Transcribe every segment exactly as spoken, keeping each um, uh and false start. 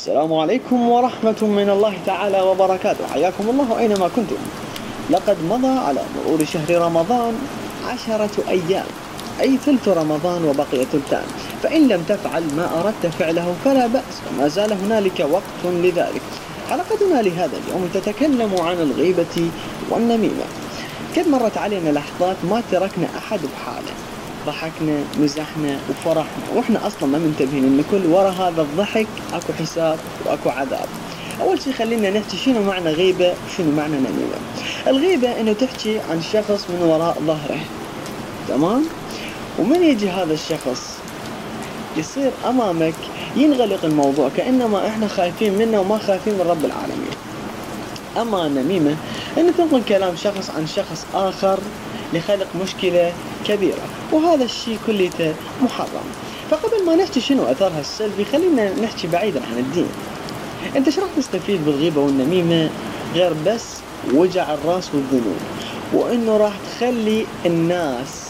السلام عليكم ورحمة من الله تعالى وبركاته. حياكم الله أينما كنتم. لقد مضى على مرور شهر رمضان عشرة أيام، أي ثلث رمضان وبقي ثلثان، فإن لم تفعل ما أردت فعله فلا بأس، وما زال هنالك وقت لذلك. حلقتنا لهذا اليوم تتكلم عن الغيبة والنميمة. قد مرت علينا لحظات ما تركنا أحد بحاله، ضحكنا مزحنا وفرحنا وإحنا أصلا ما منتبهين إن كل ورا هذا الضحك أكو حساب وأكو عذاب. أول شيء خلينا نحكي شنو معنى غيبة وشنو معنى نميمة. الغيبة إنه تحكي عن شخص من وراء ظهره، تمام؟ ومن يجي هذا الشخص يصير أمامك ينغلق الموضوع كأنما إحنا خايفين منه وما خايفين من رب العالمين. أما النميمة إنه تنقل كلام شخص عن شخص آخر لخلق مشكلة كبيرة، وهذا الشيء كليته محرم. فقبل ما نحكي شنو أثرها السلبي خلينا نحكي بعيدا عن الدين. أنت شو راح تستفيد بالغيبة والنميمة غير بس وجع الراس والذنوب، وإنه راح تخلي الناس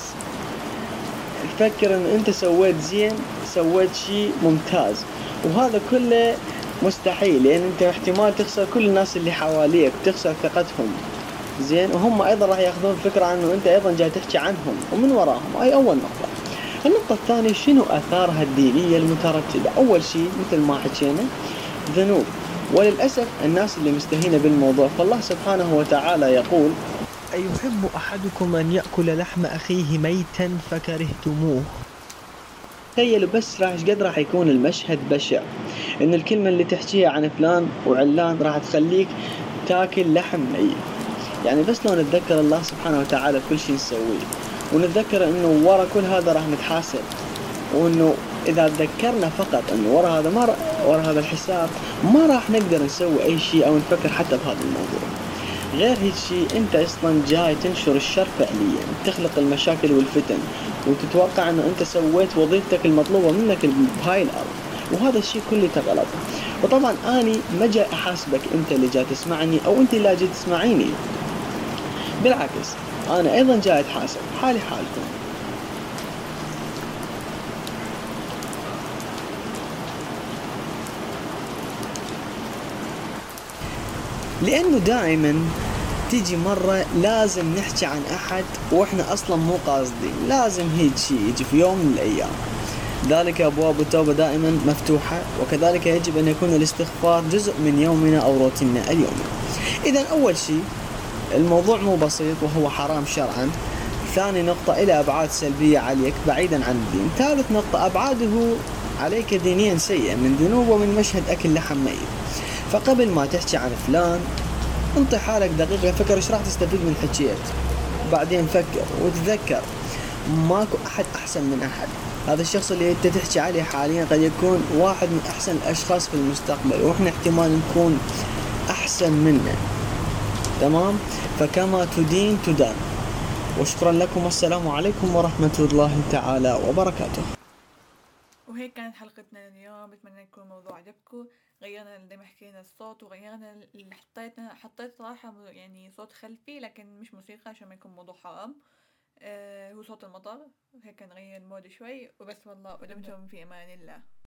تفكر إن أنت سويت زين، سويت شيء ممتاز، وهذا كله مستحيل، لأن أنت احتمال تخسر كل الناس اللي حواليك، تخسر ثقتهم، زين، وهم أيضا راح يأخذون فكرة عنه أنت أيضا جاي تحكي عنهم ومن وراهم. أي أول نقطة. النقطة الثانية شنو أثارها الدينية المترتبة. أول شيء مثل ما حكينا ذنوب، وللأسف الناس اللي مستهينة بالموضوع. فالله سبحانه وتعالى يقول: أيحب أحدكم أن يأكل لحم أخيه ميتا فكرهتموه. تخيلوا بس راح قد راح يكون المشهد بشع، إن الكلمة اللي تحكيها عن فلان وعلان راح تخليك تاكل لحم ميت. يعني بس لو نتذكر الله سبحانه وتعالى كل شيء نسويه، ونتذكر إنه ورا كل هذا راح نتحاسب، وإنه إذا تذكرنا فقط إنه ورا هذا ما ر... ورا هذا الحساب ما راح نقدر نسوي أي شيء أو نفكر حتى بهذا الموضوع. غير هيك شيء أنت أصلا جاي تنشر الشر فعليا، تخلق المشاكل والفتن، وتتوقع إنه أنت سويت وظيفتك المطلوبة منك بهاي الأرض، وهذا الشيء كله غلط. وطبعا أني ما جاي أحاسبك أنت اللي جاي تسمعني أو أنت اللي جاي تسمعيني، بالعكس أنا أيضا جاي أتحاسب، حالي حالكم. لأنه دائما تيجي مرة لازم نحكي عن أحد وإحنا أصلا مو قاصدين، لازم هيك شيء يجي في يوم من الأيام. ذلك أبواب التوبة دائما مفتوحة، وكذلك يجب أن يكون الاستغفار جزء من يومنا أو روتيننا اليومي. إذا أول شيء الموضوع مو بسيط وهو حرام شرعا. ثاني نقطة إلى أبعاد سلبية عليك بعيدا عن الدين. ثالث نقطة أبعاده عليك دينيا سيئة من ذنوب ومن مشهد أكل لحم ميت. فقبل ما تحكي عن فلان انطي حالك دقيقة، فكر ايش راح تستفيد من حكيت، بعدين فكر وتذكر ماكو أحد أحسن من أحد. هذا الشخص اللي انت تحكي عليه حاليا قد يكون واحد من أحسن الأشخاص في المستقبل، وإحنا احتمال نكون أحسن منه، تمام؟ فكما تدين تدان. وشكرا لكم، والسلام عليكم ورحمة الله تعالى وبركاته. وهيك كانت حلقتنا اليوم، بتمنى يكون الموضوع عجبكم. غيرنا زي ما حكينا الصوت، وغيرنا اللي حطيتنا حطيت صراحة يعني صوت خلفي لكن مش موسيقى عشان ما يكون موضوع حرام. آه هو صوت المطر، هيك نغير المود شوي وبس. والله ودمتم في امان الله.